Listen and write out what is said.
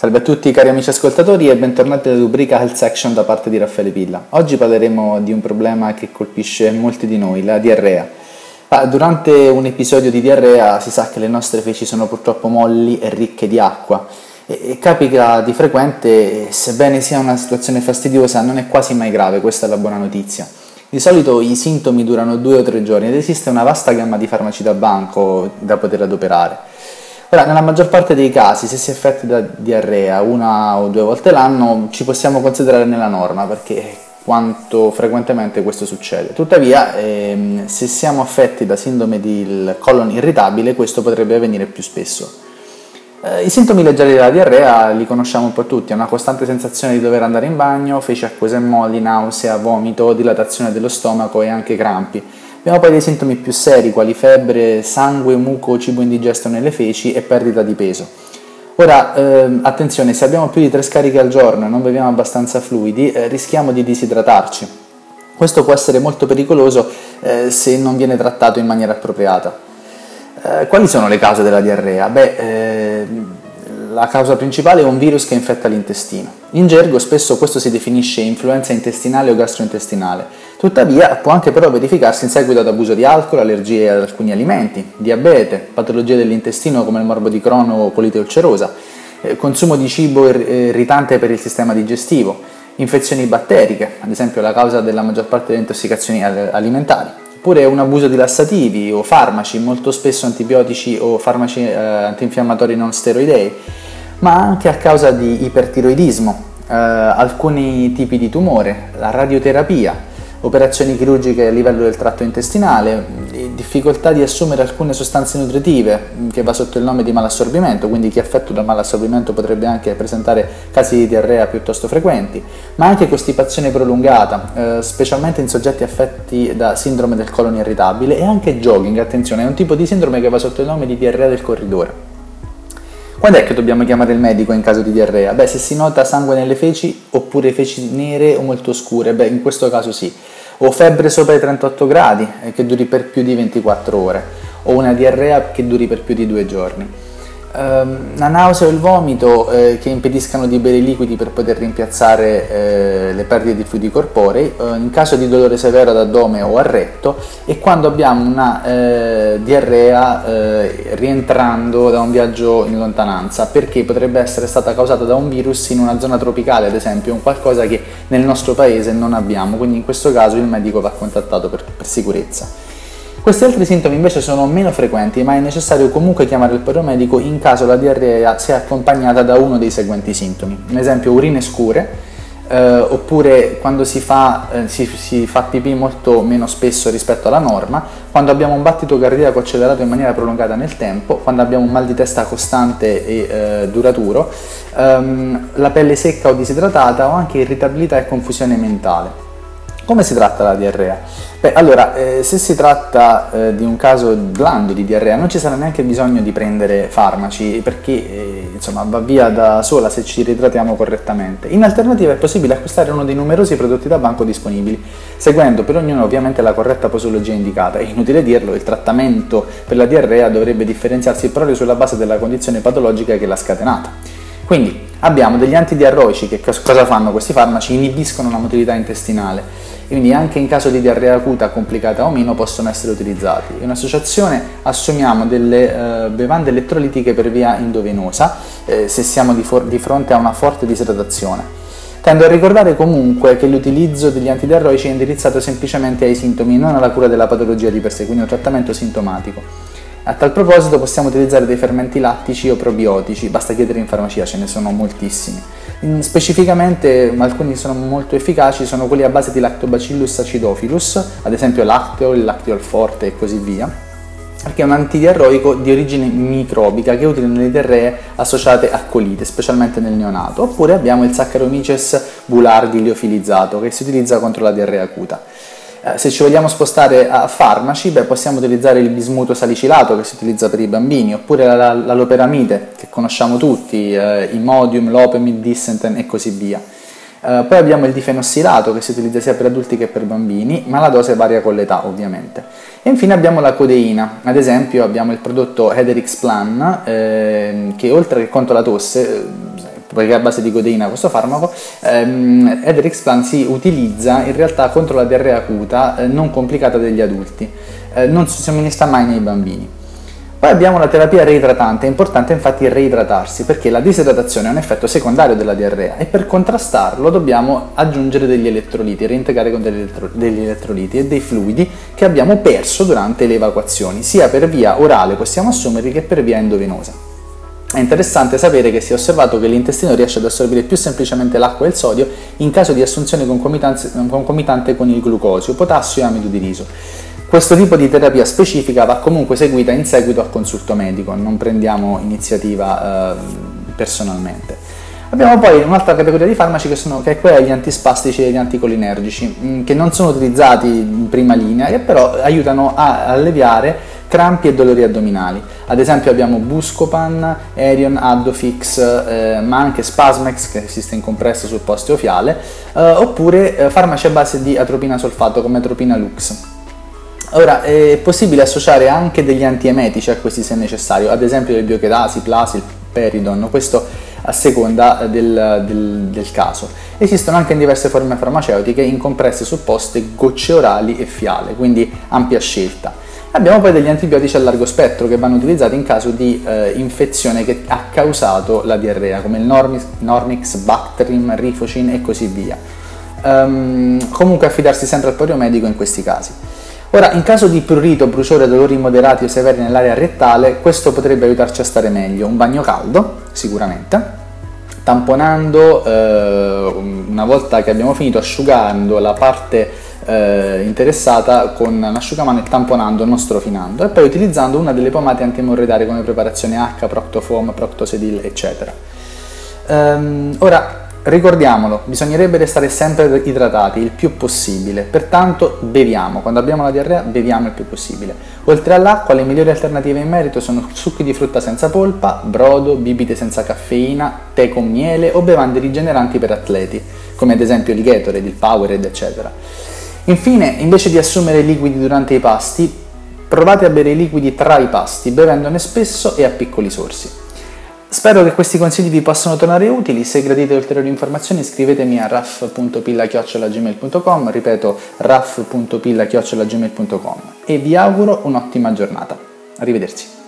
Salve a tutti cari amici ascoltatori e bentornati alla rubrica Health Section da parte di Raffaele Pilla. Oggi parleremo di un problema che colpisce molti di noi, la diarrea. Durante un episodio di diarrea si sa che le nostre feci sono purtroppo molli e ricche di acqua e capita di frequente, sebbene sia una situazione fastidiosa, non è quasi mai grave, questa è la buona notizia. Di solito i sintomi durano 2 o 3 giorni ed esiste una vasta gamma di farmaci da banco da poter adoperare. Ora, nella maggior parte dei casi, se si è affetti da diarrea 1 o 2 volte l'anno, ci possiamo considerare nella norma, perché quanto frequentemente questo succede. Tuttavia, se siamo affetti da sindrome del colon irritabile, questo potrebbe avvenire più spesso. I sintomi leggeri della diarrea li conosciamo un po' tutti, è una costante sensazione di dover andare in bagno, feci acquose e molli, nausea, vomito, dilatazione dello stomaco e anche crampi. Abbiamo poi dei sintomi più seri, quali febbre, sangue, muco, cibo indigesto nelle feci e perdita di peso. Ora, attenzione, se abbiamo più di 3 scariche al giorno e non beviamo abbastanza fluidi, rischiamo di disidratarci. Questo può essere molto pericoloso se non viene trattato in maniera appropriata. Quali sono le cause della diarrea? La causa principale è un virus che infetta l'intestino. In gergo spesso questo si definisce influenza intestinale o gastrointestinale, tuttavia può anche però verificarsi in seguito ad abuso di alcol, allergie ad alcuni alimenti, diabete, patologie dell'intestino come il morbo di Crohn o colite ulcerosa, consumo di cibo irritante per il sistema digestivo, infezioni batteriche, ad esempio la causa della maggior parte delle intossicazioni alimentari, oppure un abuso di lassativi o farmaci, molto spesso antibiotici o farmaci antinfiammatori non steroidei, ma anche a causa di ipertiroidismo, alcuni tipi di tumore, la radioterapia, operazioni chirurgiche a livello del tratto intestinale, difficoltà di assumere alcune sostanze nutritive che va sotto il nome di malassorbimento, quindi chi è affetto da malassorbimento potrebbe anche presentare casi di diarrea piuttosto frequenti, ma anche costipazione prolungata, specialmente in soggetti affetti da sindrome del colon irritabile e anche jogging, attenzione, è un tipo di sindrome che va sotto il nome di diarrea del corridore. Quando è che dobbiamo chiamare il medico in caso di diarrea? Se si nota sangue nelle feci oppure feci nere o molto scure, in questo caso sì. O febbre sopra i 38 gradi che duri per più di 24 ore, o una diarrea che duri per più di 2 giorni. La nausea o il vomito che impediscano di bere i liquidi per poter rimpiazzare le perdite di fluidi corporei, in caso di dolore severo ad addome o al retto, e quando abbiamo una diarrea rientrando da un viaggio in lontananza, perché potrebbe essere stata causata da un virus in una zona tropicale, ad esempio, un qualcosa che nel nostro paese non abbiamo, quindi in questo caso il medico va contattato per sicurezza. Questi altri sintomi invece sono meno frequenti, ma è necessario comunque chiamare il proprio medico in caso la diarrea sia accompagnata da uno dei seguenti sintomi. Ad esempio urine scure, oppure quando si fa pipì molto meno spesso rispetto alla norma, quando abbiamo un battito cardiaco accelerato in maniera prolungata nel tempo, quando abbiamo un mal di testa costante e duraturo, la pelle secca o disidratata o anche irritabilità e confusione mentale. Come si tratta la diarrea? Se si tratta di un caso blando di diarrea non ci sarà neanche bisogno di prendere farmaci perché va via da sola se ci ritratiamo correttamente. In alternativa è possibile acquistare uno dei numerosi prodotti da banco disponibili, seguendo per ognuno ovviamente la corretta posologia indicata. È inutile dirlo, il trattamento per la diarrea dovrebbe differenziarsi proprio sulla base della condizione patologica che l'ha scatenata. Quindi abbiamo degli antidiarroici che cosa fanno questi farmaci? Inibiscono la motilità intestinale, quindi anche in caso di diarrea acuta complicata o meno possono essere utilizzati. In associazione assumiamo delle bevande elettrolitiche per via endovenosa se siamo di fronte a una forte disidratazione. Tendo a ricordare comunque che l'utilizzo degli antidiarroici è indirizzato semplicemente ai sintomi, non alla cura della patologia di per sé, quindi un trattamento sintomatico. A tal proposito possiamo utilizzare dei fermenti lattici o probiotici, basta chiedere in farmacia, ce ne sono moltissimi. Specificamente alcuni sono molto efficaci, sono quelli a base di Lactobacillus acidophilus, ad esempio Lacteo, il Lacteol Forte e così via, perché è un antidiarroico di origine microbica che è utile nelle diarree associate a colite, specialmente nel neonato. Oppure abbiamo il Saccharomyces boulardii liofilizzato che si utilizza contro la diarrea acuta. Se ci vogliamo spostare a farmaci, possiamo utilizzare il bismuto salicilato che si utilizza per i bambini, oppure la loperamide che conosciamo tutti, Imodium, Lopamid, Dissenten e così via. Poi abbiamo il difenossilato che si utilizza sia per adulti che per bambini, ma la dose varia con l'età ovviamente. E infine abbiamo la codeina, ad esempio abbiamo il prodotto Hederix Plan che oltre che contro la tosse poiché è a base di codeina questo farmaco, Evrixplan si utilizza in realtà contro la diarrea acuta non complicata degli adulti, non si somministra mai nei bambini. Poi abbiamo la terapia reidratante. È importante infatti reidratarsi, perché la disidratazione è un effetto secondario della diarrea e per contrastarlo dobbiamo aggiungere degli elettroliti, reintegrare con degli elettroliti e dei fluidi che abbiamo perso durante le evacuazioni, sia per via orale possiamo assumerli che per via endovenosa. È interessante sapere che si è osservato che l'intestino riesce ad assorbire più semplicemente l'acqua e il sodio in caso di assunzione concomitante con il glucosio, potassio e amido di riso. Questo tipo di terapia specifica va comunque seguita in seguito al consulto medico, non prendiamo iniziativa personalmente. Abbiamo poi un'altra categoria di farmaci che è quella degli antispastici e gli anticolinergici, che non sono utilizzati in prima linea e però aiutano a alleviare crampi e dolori addominali. Ad esempio abbiamo Buscopan, Erion, Addofix, ma anche Spasmex, che esiste in compresso sul posto ofiale, oppure farmaci a base di atropina solfato come Atropina Lux. Ora, è possibile associare anche degli antiemetici a questi se necessario, ad esempio il Biochedasi, Plasil, Peridon, questo a seconda del caso. Esistono anche in diverse forme farmaceutiche, in compresse supposte, gocce orali e fiale, quindi ampia scelta. Abbiamo poi degli antibiotici a largo spettro che vanno utilizzati in caso di infezione che ha causato la diarrea, come il Normix, Bactrim, Rifocin e così via. Comunque affidarsi sempre al proprio medico in questi casi. Ora, in caso di prurito, bruciore, dolori moderati o severi nell'area rettale, questo potrebbe aiutarci a stare meglio. Un bagno caldo, sicuramente, tamponando, una volta che abbiamo finito, asciugando la parte interessata con un asciugamano e tamponando, non strofinando, e poi utilizzando una delle pomate antiemorroidali come preparazione H, Proctofoam, Proctosedil, eccetera. Ora, ricordiamolo, bisognerebbe restare sempre idratati il più possibile, pertanto beviamo, quando abbiamo la diarrea beviamo il più possibile. Oltre all'acqua le migliori alternative in merito sono succhi di frutta senza polpa, brodo, bibite senza caffeina, tè con miele o bevande rigeneranti per atleti, come ad esempio il Gatorade, il Powerade, eccetera. Infine, invece di assumere liquidi durante i pasti, provate a bere i liquidi tra i pasti, bevendone spesso e a piccoli sorsi. Spero che questi consigli vi possano tornare utili. Se gradite ulteriori informazioni scrivetemi a raf.pilla@gmail.com, ripeto raf.pilla@gmail.com, e vi auguro un'ottima giornata. Arrivederci.